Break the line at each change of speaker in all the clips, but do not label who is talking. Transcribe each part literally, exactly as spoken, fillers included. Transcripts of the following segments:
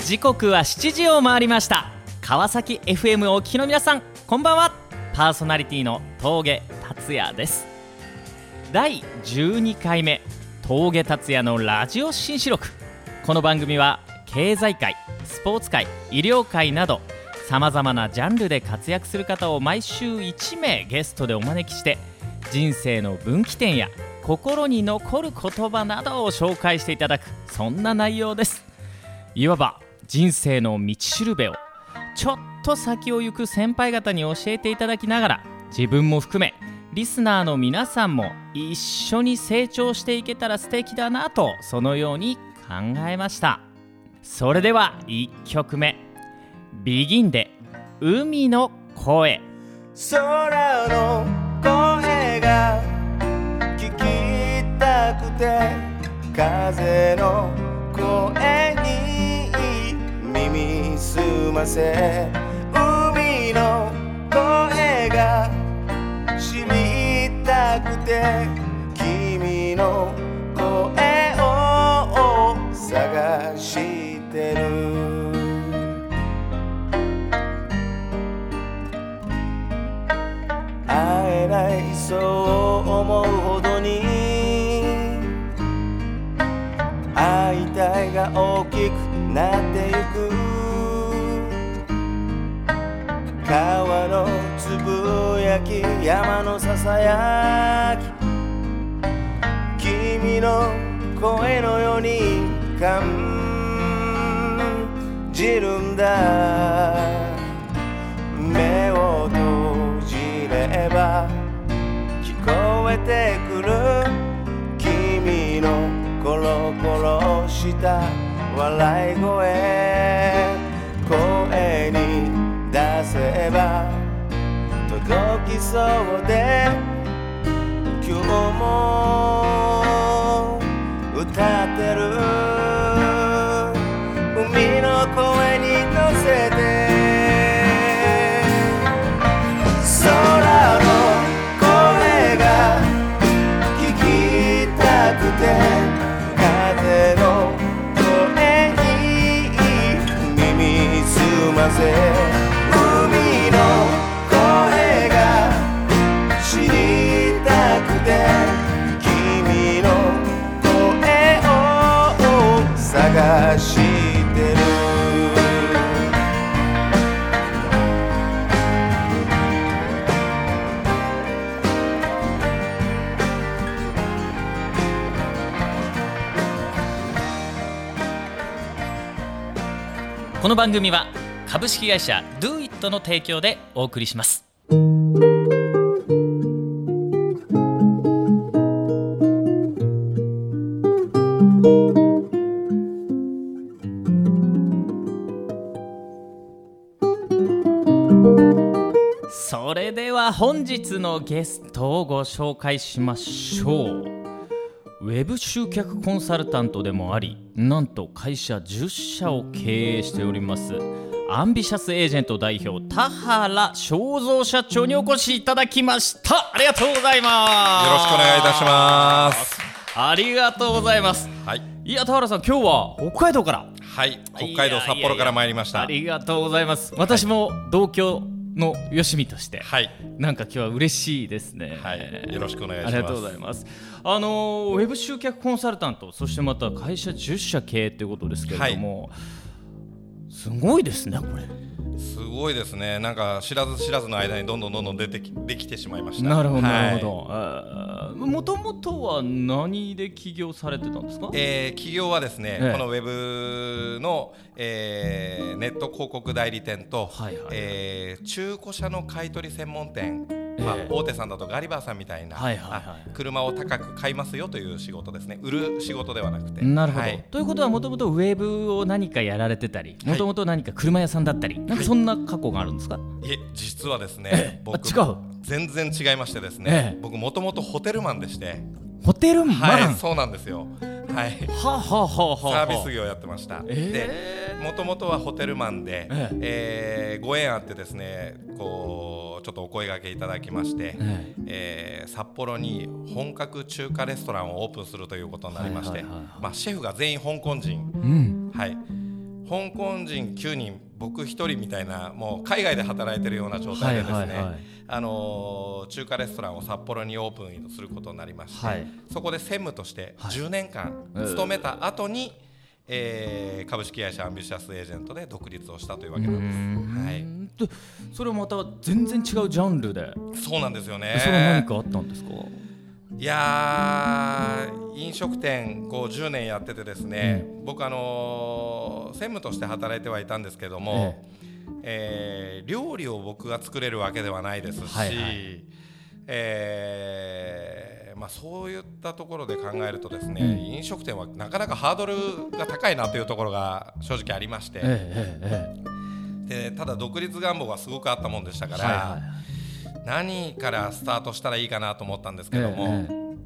時刻はしちじを回りました。川崎 エフエム をお聞きの皆さん、こんばんは。パーソナリティの峠達也です。だいじゅうにかいめ峠達也のラジオ新四録。この番組は経済界、スポーツ界、医療界などさまざまなジャンルで活躍する方を毎週いちめいゲストでお招きして、人生の分岐点や心に残る言葉などを紹介していただく、そんな内容です。いわば人生の道しるべをちょっと先を行く先輩方に教えていただきながら、自分も含めリスナーの皆さんも一緒に成長していけたら素敵だなと、そのように考えました。それではいっきょくめ、ビギンで海の声。
空の声が聞きたくて、風の声に耳すませ、海の声が知りたくて、君の声を探してる。会えないそう思うほどに、会いたいが大きくなってゆく。川のつぶやき、山のささやき、君の声のように感じるんだ。目を閉じれば聞こえてくる、君のコロコロした笑い声。声に出せば届きそうで、今日も歌ってる。海の声に乗せて、空の声が聞きたくて、風の声に耳すませ、海の声が知りたくて、君の声を探してる。
この番組は株式会社 Do It の提供でお送りします。それでは本日のゲストをご紹介しましょう。ウェブ集客コンサルタントでもあり、なんと会社じゅっしゃを経営しておりますアンビシャスエージェント代表、田原正三社長にお越しいただきました。ありがとうございます。
よろしくお願いいたします。
ありがとうございます。
はい、
いや田原さん、今日は北海道から。
はい、北海道札幌から参りました。
いやいやいや、ありがとうございます。私も同居のよしみとして、はい、なんか今日は嬉しいですね。
はい、よろしくお願いします。
ありがとうございます。あのウェブ集客コンサルタント、そしてまた会社じゅっしゃ経営ということですけれども、はい、すごいですねこれ。
すごいですね。なんか知らず知らずの間にどんどんどんどん出てきできてしまいました。
なるほど、はい、なるほど。もともとは何で起業されてたんですか？
えー、起業はですね、
ええ、
このウェブの、えー、ネット広告代理店と、はいはいはい、えー、中古車の買い取り専門店、まあえー、大手さんだとガリバーさんみたいな、はいはいはい、車を高く買いますよという仕事ですね。売る仕事ではなくて。
なるほど、
はい、
ということはもともとウェブを何かやられてたり、もともと何か車屋さんだったり、はい、なんかそんな過去があるんですか？
いえ、実はですね、
えー、僕違う
全然違いましてですね、えー、僕もともとホテルマンでして。
ホテルマン、
はい、そうなんですよ。はい、
はあ、はあはあはあ、
サービス業やってました。えー、で、もともとはホテルマンで、えーえー、ご縁あってですね、こうちょっとお声掛けいただきまして、えーえー、札幌に本格中華レストランをオープンするということになりまして、はいはいはいはい、まあ、シェフが全員香港人、うん、はい、 香港人きゅうにん僕ひとりみたいなもう海外で働いてるような状態でですね、はいはいはい、あの中華レストランを札幌にオープンすることになりまして、はい、そこで専務としてじゅうねんかん勤めた後に、はいえー、株式会社アンビシャスエージェントで独立をしたというわけなんです。はい、
でそれはまた全然違うジャンルで。
そうなんですよね。
それは何かあったんですか？
いや飲食店こうじゅうねんやっててですね、うん、僕あのー、専務として働いてはいたんですけども、えええー、料理を僕が作れるわけではないですし、はいはいえーまあ、そういったところで考えるとですね、うん、飲食店はなかなかハードルが高いなというところが正直ありまして、ええええ、でただ独立願望がすごくあったもんでしたから、はいはい何からスタートしたらいいかなと思ったんですけども、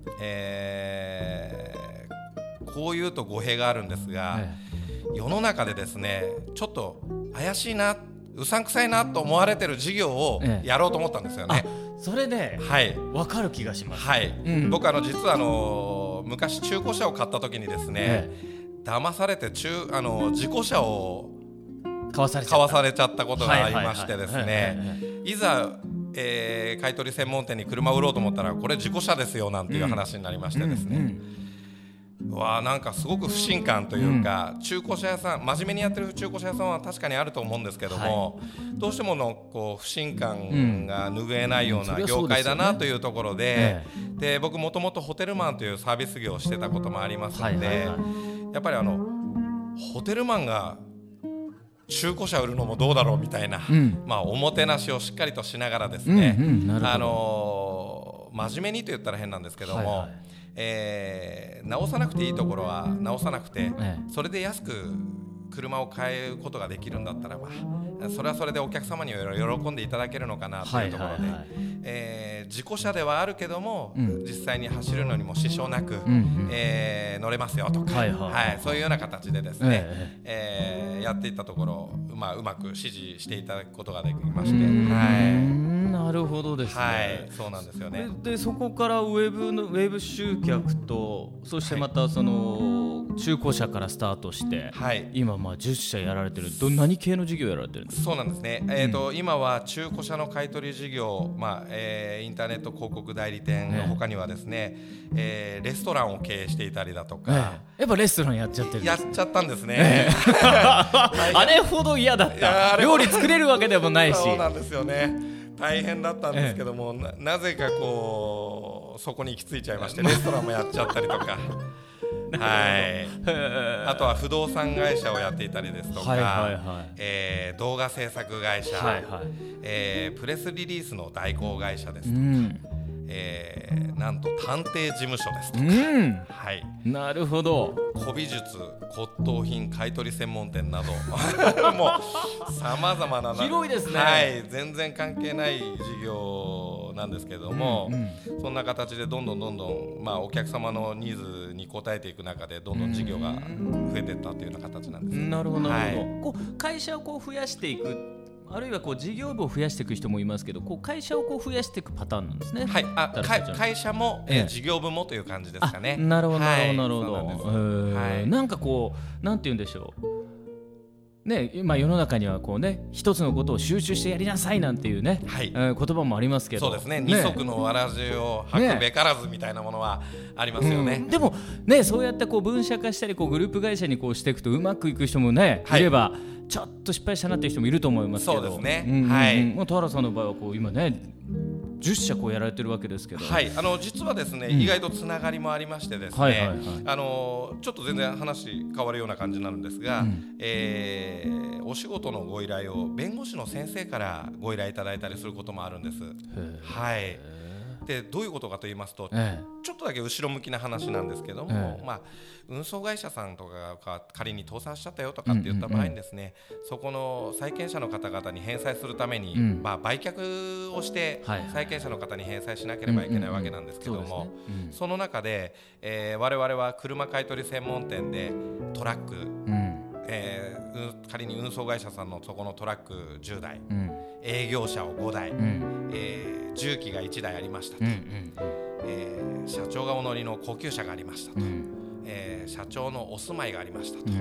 えええー、こういうと語弊があるんですが、ええ、世の中でですねちょっと怪しいなうさんくさいなと思われてる事業をやろうと思ったんですよね、え
え、それで、はい、分かる気がします、
はいうん、僕あの実はあの昔中古車を買った時にですね、ええ、騙されて中あの自己車を
買わされちゃった、
買わされちゃったことがありましてですねいざえー、買取専門店に車を売ろうと思ったらこれ自己車ですよなんていう話になりましてですね、うんうん、わあなんかすごく不信感というか、うん、中古車屋さん真面目にやってる中古車屋さんは確かにあると思うんですけども、はい、どうしてものこう不信感が拭えないような業界だなというところで、うん、で僕もともとホテルマンというサービス業をしてたこともありますので、はいはいはい、やっぱりあのホテルマンが中古車売るのもどうだろうみたいな、うんまあ、おもてなしをしっかりとしながらですね、うんうん、あのー、真面目にと言ったら変なんですけども、はいはいえー、直さなくていいところは直さなくて、ええ、それで安く車を買えることができるんだったらばそれはそれでお客様には喜んでいただけるのかなというところで、はいはいはいえー、自己車ではあるけども、うん、実際に走るのにも支障なく、うんうんえー、乗れますよとか、はいはいはい、そういうような形でですね、えええー、やっていったところ、まあ、うまく指示していただくことができまして、はい
なるほどですね、
はい、そうなんですよね。
で、でそこからウェブのウェブ集客とそしてまたその、はい、中古車からスタートして、はい、今まあじゅっしゃやられてるど何系の事業やられてるんですか？
そうなんですね、えーとうん、今は中古車の買取事業、まあえー、インターネット広告代理店の他にはですね、えー、レストランを経営していたりだとか、えー、
やっぱレストランやっちゃってるんです、ね、
やっちゃったんですね、えー、
あれほど嫌だった料理作れるわけでもないし
そうなんですよね大変だったんですけども、ええ、な, なぜかこうそこに行き着いちゃいましてレストランもやっちゃったりとかはいあとは不動産会社をやっていたりですとか、はいはいはいえー、動画制作会社、はいはいえー、プレスリリースの代行会社ですとか、うんえー、なんと探偵事務所ですとか、うんはい、
なるほど
古美術骨董品買取専門店などもうさまざまな
広いですね、
はい、全然関係ない事業なんですけども、うんうん、そんな形でどんどんどんどん、まあ、お客様のニーズに応えていく中でどんどん事業が増えていったというような形なんです、ね、
なるほどなるほど、はい、こう会社をこう増やしていくあるいはこう事業部を増やしていく人もいますけどこう会社をこう増やしていくパターンなんですね。
はい、あ会社も、えー、事業部もという感じですかね。
なるほどなるほどなるほど、はい、なんかこうなんて言うんでしょうね、今世の中にはこうね一つのことを集中してやりなさいなんていうね、はいえー、言葉もありますけど
そうですね二足のわらじを履くべからずみたいなものはありますよね、
うん、でもねそうやってこう分社化したりこうグループ会社にこうしていくとうまくいく人もね、はい、いればちょっと失敗したなっていう人もいると思いますけど
そうですね、
うんうんうん
はい、
田原さんの場合はこう今ねじゅっしゃこうやられてるわけですけど、
はい、あの実はですね、うん、意外とつながりもありましてですね、はいはいはい、あのちょっと全然話変わるような感じになるんですが、うんえー、お仕事のご依頼を弁護士の先生からご依頼いただいたりすることもあるんです。はいでどういうことかと言いますと、ええ、ちょっとだけ後ろ向きな話なんですけども、ええまあ、運送会社さんとかが仮に倒産しちゃったよとかって言った場合にですね、うんうんうん、そこの債権者の方々に返済するために、うんまあ、売却をして債権者の方に返済しなければいけないわけなんですけども、その中で、えー、我々は車買取専門店でトラック、うんえー、仮に運送会社さんのそこのトラックじゅうだい、うん、営業車をごだい、うんえー、重機がいちだいありましたと、うんうんえー、社長がお乗りの高級車がありましたと、うんえー、社長のお住まいがありましたと、うん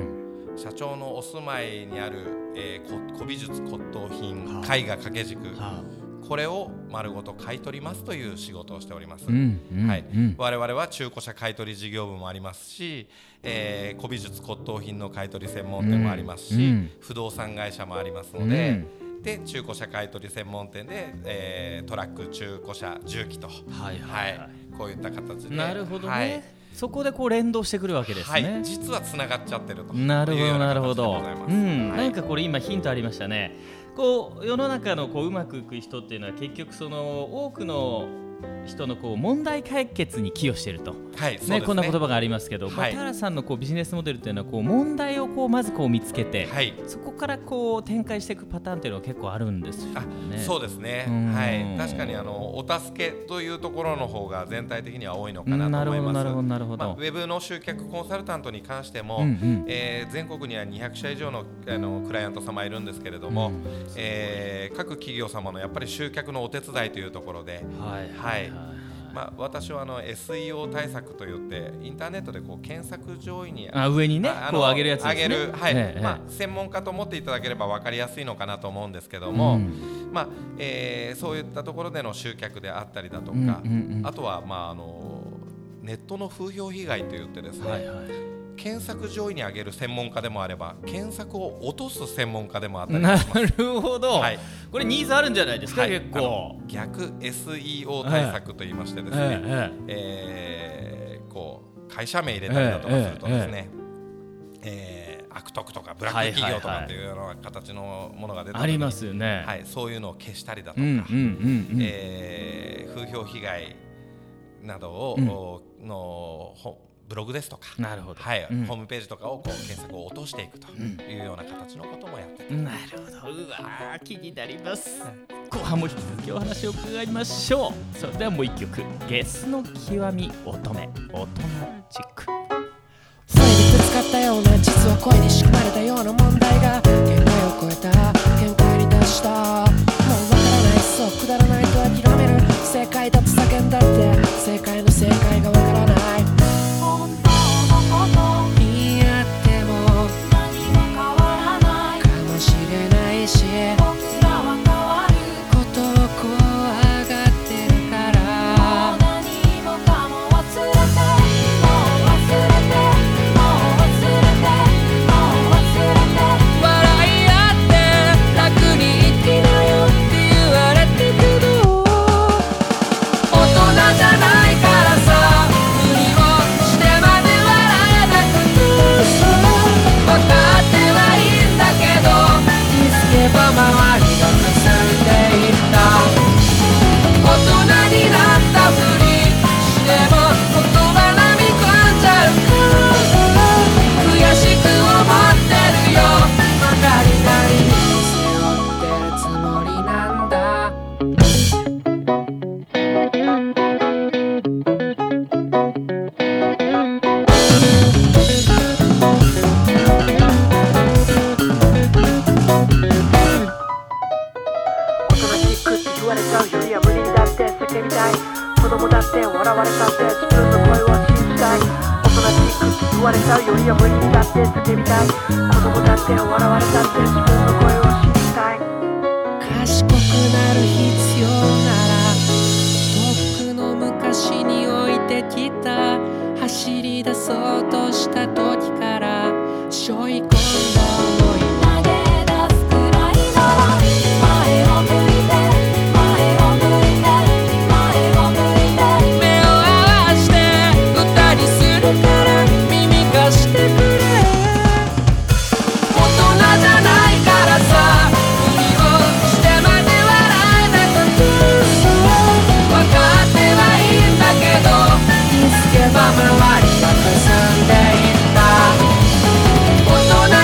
社長のお住まいにある、えー、古美術骨董品、絵画掛け軸、これを丸ごと買い取りますという仕事をしております、うんうんはいうん、我々は中古車買い取り事業部もありますし、えー、古美術骨董品の買い取り専門店もありますし、うん、不動産会社もありますので、うんで中古車買取専門店で、えー、トラック、中古車、重機と、はいはいはい、こういった形で
なるほどね、はい、そこでこう連動してくるわけですね、
はい、実はつながっちゃってると
なるほどなるほど、うん、
はい、
なんかこれ今ヒントありましたね。こう世の中のこううまくいく人っていうのは結局その多くの人のこう問題解決に寄与していると、
はいね
ね、こんな言葉がありますけど、はい、田原さんのこうビジネスモデルというのはこう問題をこうまずこう見つけて、はい、そこからこう展開していくパターンというのは結構あるんですよね。
あ、そうですね、はい、確かにあのお助けというところの方が全体的には多いのかなと思います。
なるほどなるほど、
まあ、ウェブの集客コンサルタントに関しても、うんうんえー、全国にはにひゃくしゃ以上 の, あのクライアント様いるんですけれども、うんえー、各企業様のやっぱり集客のお手伝いというところで、はいはいはいまあ、私はあの エスイーオー 対策といってインターネットでこう検索上位に
あ上にねこう上げるやつですね。
上げる、はいええまあ、専門家と思っていただければ分かりやすいのかなと思うんですけども、うんまあえー、そういったところでの集客であったりだとか、うんうんうん、あとは、まあ、あのネットの風評被害といってですね、はいはい検索上位に上げる専門家でもあれば検索を落とす専門家でもあったりします。
なるほど、はい、これニーズあるんじゃないですか、はい、結構
逆 エスイーオー 対策といいましてですね、えええー、こう会社名入れたりだとかするとですね、えええー、悪徳とかブラック企業とかっていうような形のものが出た時に、ありますよね、はい、そういうのを消したりだとか、うんうんうんうんえー、風評被害などを、うん、のブログですとか
なるほど、
はいうん、ホームページとかをこう検索を落としていくというような形のこともやっている、
うん、なるほど。うわ気になります、はい、後半も引き続きお話を伺いましょう。それではもう一曲ゲスの極み乙女大人チック。
それでぶつかったような実は恋に仕組まれたような問題が限界を超えた限界に達した。もうわからないそうくだらないと諦める正解だと叫んだって正解の正解がわからない。 周りがくすんでいった大人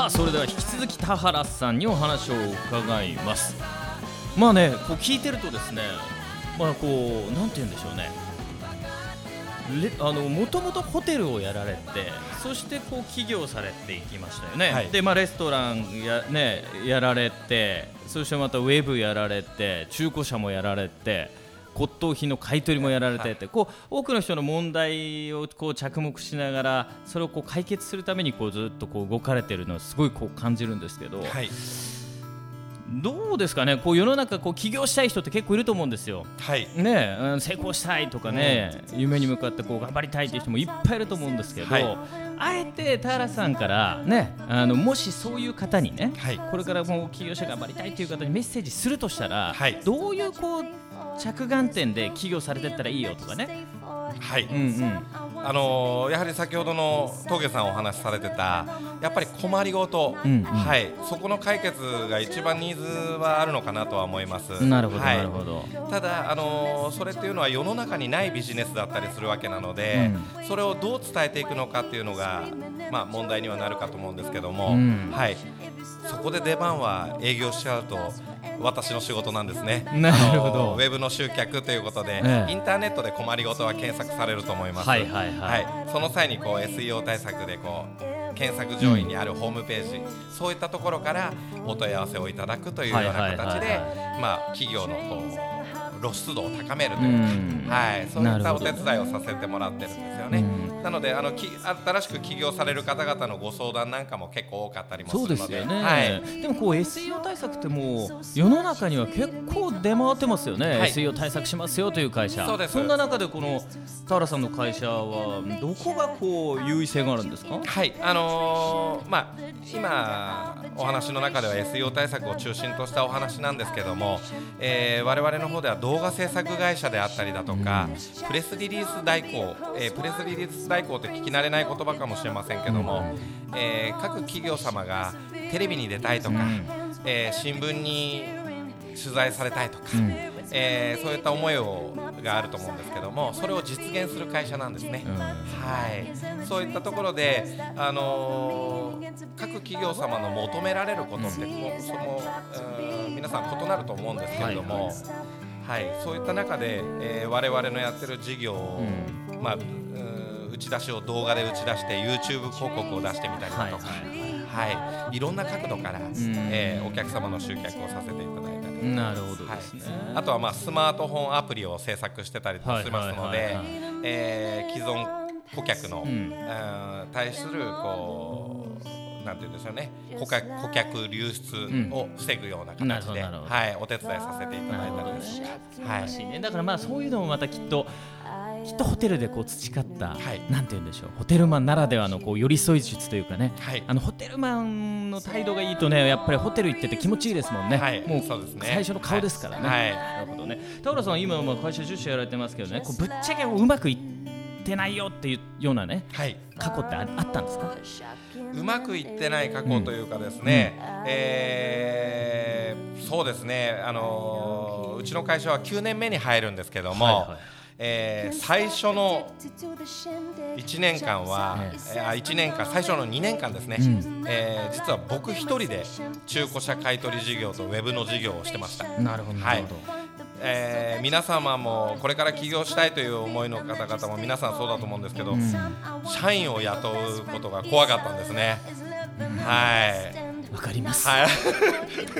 さあそれでは引き続き田原さんにお話を伺います。まあねこう聞いてるとですね、まあこうなんて言うんでしょうね、あのもともとホテルをやられて、そしてこう起業されていきましたよね、はい、でまあ、レストラン や,、ね、やられて、そしてまたウェブやられて、中古車もやられて、骨董品の買い取りもやられてって、はい、こう多くの人の問題をこう着目しながらそれをこう解決するためにこうずっとこう動かれているのをすごいこう感じるんですけど、はい、どうですかね、こう世の中こう起業したい人って結構いると思うんですよ、はいね、成功したいとかね、うん、夢に向かってこう頑張りたいという人もいっぱいいると思うんですけど、はい、あえて田原さんから、ね、あのもしそういう方にね、はい、これからもう起業者頑張りたいという方にメッセージするとしたら、はい、どういうこう着眼点で起業されていったらいいよとかね、
はい、うんうん、あのー、やはり先ほどの峠さんお話しされてたやっぱり困りごと、うんうん、はい、そこの解決が一番ニーズはあるのかなとは思います。
なるほど、
はい、
なるほど。
ただ、あのー、それっていうのは世の中にないビジネスだったりするわけなので、うん、それをどう伝えていくのかっていうのが、まあ、問題にはなるかと思うんですけども、うん、はい、そこで出番は営業しちゃうと私の仕事なんですね。
なるほど。
ウェブの集客ということで、ええ、インターネットで困りごとは検索されると思います、はいはいはいはい、その際にこう エスイーオー 対策でこう検索上位にあるホームページ、うん、そういったところからお問い合わせをいただくというような形で、まあ、企業のこう露出度を高めるというか、うん、はい、そういったお手伝いをさせてもらってるんですよね、うん、なのであのき新しく起業される方々のご相談なんかも結構多かったりもするので、
そうですよね、はい、でもこう エスイーオー 対策ってもう世の中には結構出回ってますよね、はい、エスイーオー 対策しますよという会社。
そうです。
そんな中でこの田原さんの会社はどこがこう優位性があるんですか？
はい、あのー、まあ今お話の中では エスイーオー 対策を中心としたお話なんですけども、えー、我々の方では動画制作会社であったりだとか、うん、プレスリリース代行、えー、プレスリリース代行って聞き慣れない言葉かもしれませんけども、うん、えー、各企業様がテレビに出たいとか、うん、えー、新聞に取材されたいとか、うん、えー、そういった思いをがあると思うんですけども、それを実現する会社なんですね、うん、はい、そういったところで、あのー、各企業様の求められることって、うん、その、うん、皆さん異なると思うんですけれども、はいはい、そういった中で、えー、我々のやってる事業を、うん、まあ、打ち出しを動画で打ち出して YouTube 広告を出してみたりだとか、はいはいはい、いろんな角度から、うん、えー、お客様の集客をさせていただいたり、
なるほどですね、はい、
あとは、まあ、スマートフォンアプリを制作してたりしますので、既存顧客の、うん、対するこうなんていうんでしょうね、顧客、顧客流出を防ぐような形で、うん、はい、お手伝いさせていただいたりですとか、はい、
ね、だからまあそういうのもまたきっときっとホテルでこう培った、はい、なんて言うんでしょう、ホテルマンならではのこう寄り添い術というかね、はい、あのホテルマンの態度がいいとね、やっぱりホテル行ってて気持ちいいですもんね、はい、もうそうですね、最初の顔ですからね、はいはい、なるほどね。田原さんは今も会社じゅっ社やられてますけどね、こうぶっちゃけうまくいってないよっていうようなね、はい、過去ってあったんですか？
うまくいってない過去というかですね、うん、えー、そうですね、あのー、うちの会社はきゅうねんめに入るんですけども、はいはい、えー、最初のいちねんかんは、えー、いちねんかん最初のにねんかんですね、うん、えー、実は僕一人で中古車買取事業とウェブの事業をしてました。
なるほど、なるほど、
はい、えー、皆様もこれから起業したいという思いの方々も皆さんそうだと思うんですけど、うん、社員を雇うことが怖かったんですね、うん、はい、
わかります、はい、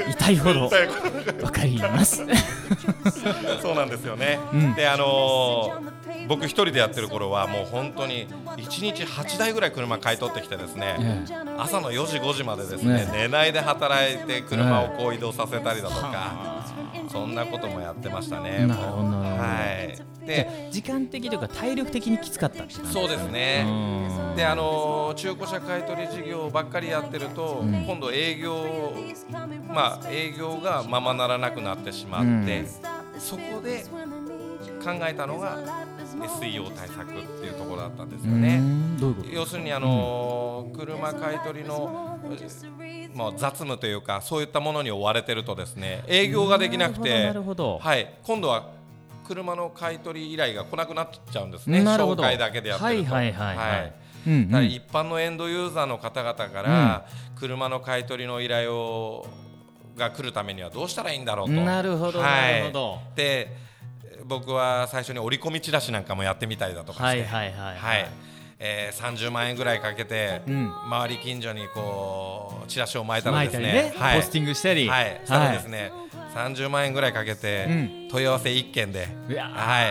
痛いほどわかります
そうなんですよね、うん、で、あのー、僕一人でやってる頃はもう本当にいちにちはちだいぐらい車買い取ってきてですね、ええ、朝のよじごじまでですね、ええ、寝ないで働いて車をこう移動させたりだとか、ええ、そんなこともやってましたね。
なるほど、
はい、で
時間的というか体力的にきつかったって感じですか？
そうですね。で、あのー、中古車買取事業ばっかりやってると、うん、今度営業、まあ、営業がままならなくなってしまって、うん、そこで考えたのが エスイーオー 対策っていうところだったんですよね。
どういうこと？
要するに、あのーうん、車買取のもう雑務というかそういったものに追われてるとですね、営業ができなくて、はい、今度は車の買い取り依頼が来なくなっちゃうんですね。紹介だけでやってると、はいはいはいはい、
うんうん、
ただ一般のエンドユーザーの方々から車の買い取りの依頼をが来るためにはどうしたらいいんだろうと。
なるほど、
はい、
なるほど。
で僕は最初に折り込みチラシなんかもやってみたりだとかして、
はいはいはいはい、
はい、えー、さんじゅうまんえんぐらいかけて、うん、周り近所にこうチラシを巻いたらですね、
ね、はい、ポスティングしたり、
はい、したらですね、はい、さんじゅうまんえんぐらいかけて、うん、問い合わせいっけんで、はい、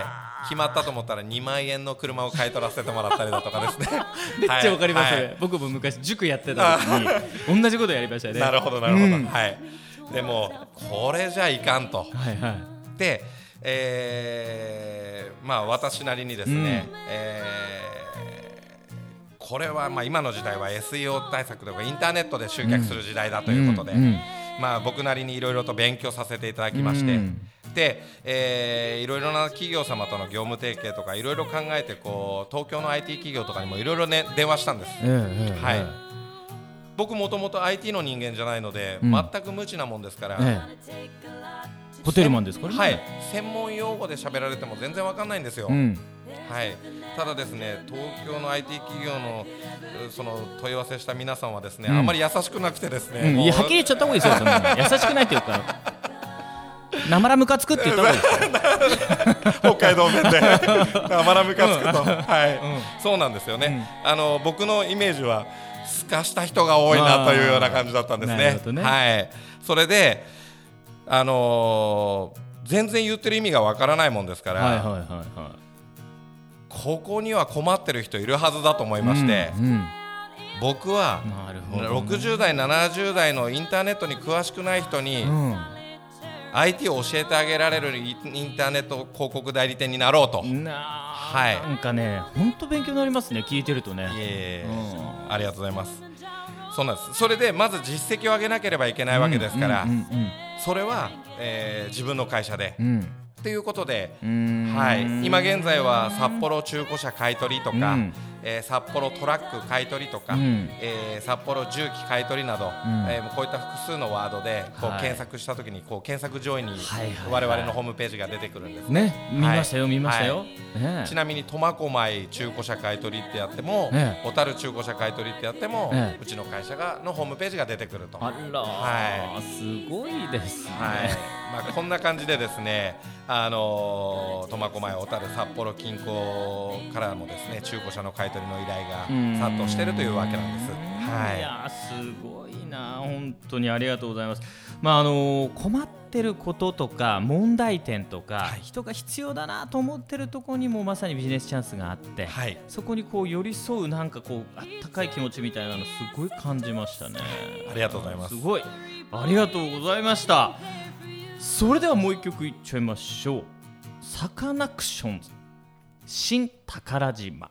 決まったと思ったらにまんえんの車を買い取らせてもらったりだとかですね
めっちゃわかりますね、はい、僕も昔塾やってた時に同じことやりましたね。
なるほどなるほど、うん、はい。でもこれじゃいかんと、
はいはい、
で、えー、まあ私なりにですね、うん、えー、これはまあ今の時代は エスイーオー 対策とかインターネットで集客する時代だということで、うんうん、まあ僕なりにいろいろと勉強させていただきまして、うん、で、えー、いろいろな企業様との業務提携とかいろいろ考えてこう東京の アイティー 企業とかにもいろいろね電話したんです、
うんうんうん、
はい。僕もともと アイティー の人間じゃないので、うん、全く無知なもんですから、
ええ、ホテルマンですかね、
はい、専門用語で喋られても全然わかんないんですよ、うん、はい。ただですね、東京の アイティー 企業のその問い合わせした皆さんはですね、うん、あんまり優しくなくてですね、
うん、いやはっきり言っちゃった方がいいですよその優しくないっていうかなまらムカつくって言った方がいいです
北海道弁でなまらムカつくと、うん、はい、うん、そうなんですよね、うん、あの僕のイメージはすかした人が多いなというような感じだったんですね。
ね、
はい。それで、あのー、全然言ってる意味がわからないもんですから、
はいはいはいはい、
ここには困ってる人いるはずだと思いまして、うんうん、僕はろくじゅうだいななじゅうだいのインターネットに詳しくない人に、うん、アイティー を教えてあげられるインターネット広告代理店になろうと。
な、はい、なんかね本当勉強になりますね、聞いてるとね。
いえ、うん、ありがとうございます。そうなんです。それでまず実績を上げなければいけないわけですから、うんうんうんうん、それは、えー、自分の会社で、うん、ということで、はい、今現在は札幌中古車買取とか、うん、えー、札幌トラック買取とか、うん、えー、札幌重機買取など、うん、えー、こういった複数のワードでこう、はい、検索したときにこう検索上位に我々のホームページが出てくるんですね。
ね、見ましたよ、はい、見ましたよ、
はい、ね、ちなみに苫小牧中古車買取ってやっても、ね、小樽中古車買取ってやっても、ね、うちの会社がのホームページが出てくると。
あら、はい、すごいですね、
はい、まあ、こんな感じでですね、あのー、苫小牧、小樽、札幌近郊からもですね中古車の買い取りの依頼が殺到しているというわけなんです。はい、
いやすごいな、本当にありがとうございます。まああのー、困ってることとか問題点とか、はい、人が必要だなと思ってるところにもまさにビジネスチャンスがあって、はい、そこにこう寄り添うなんかこうあったかい気持ちみたいなのすごい感じましたね。
ありがとうございます。
すごいありがとうございました。それではもう一曲いっちゃいましょう。サカナクションズ新宝島。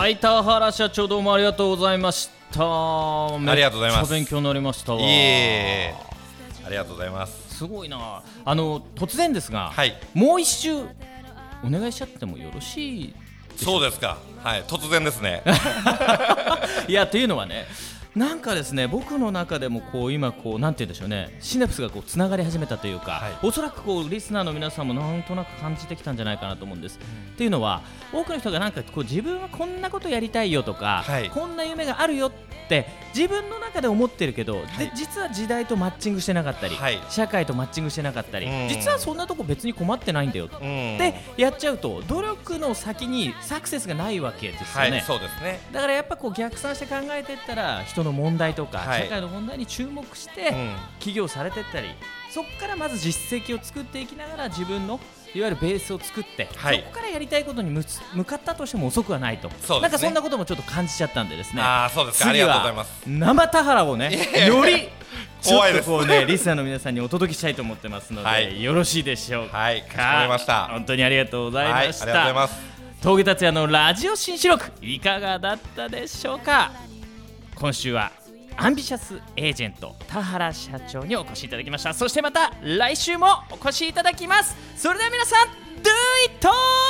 はい、田原社長どうもありがとうございました。
ありがとうございます。
めっちゃ勉強になりましたわ。
いえありがとうございます。
すごいな。あの突然ですが、
はい、
もう一周お願いしちゃってもよろしいでしょうか。
そうですか。はい、突然ですね。
いやというのはね、なんかですね、僕の中でもこう今こうなんて言うんでしょうね、シナプスがこうつながり始めたというか、はい、おそらくこうリスナーの皆さんもなんとなく感じてきたんじゃないかなと思うんです、うん、っていうのは多くの人がなんかこう自分はこんなことやりたいよとか、はい、こんな夢があるよって自分の中で思ってるけど、はい、で実は時代とマッチングしてなかったり、はい、社会とマッチングしてなかったり、うん、実はそんなとこ別に困ってないんだよと、うん、でやっちゃうと努力の先にサクセスがないわけですよね、
はい、そうですね。
だからやっぱこう逆算して考えていったら人の問題とか、はい、社会の問題に注目して起業されていったり、うん、そこからまず実績を作っていきながら自分のいわゆるベースを作って、はい、そこからやりたいことに向かったとしても遅くはないと、ね、なんかそんなこともちょっと感じちゃったんでですね。
あ、そうですか。ありがとうございます。
生田原をねよりちょっとこうねリスナーの皆さんにお届けしたいと思ってますので、はい、よろしいでしょうか。
はい、かしこまりました。
本当にありがとうございました、
はい、ありがとうございます。
峠達也のラジオ新四録いかがだったでしょうか。今週はアンビシャスエージェント田原社長にお越しいただきました。そしてまた来週もお越しいただきます。それでは皆さん Do it!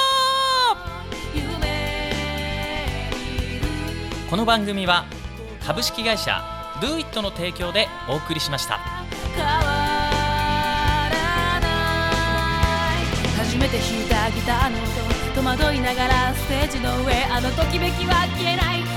この番組は株式会社 Do it の提供でお送りしました。変わらない初めて弾いたギターの音戸惑いながらステージの上あのときめきは消えない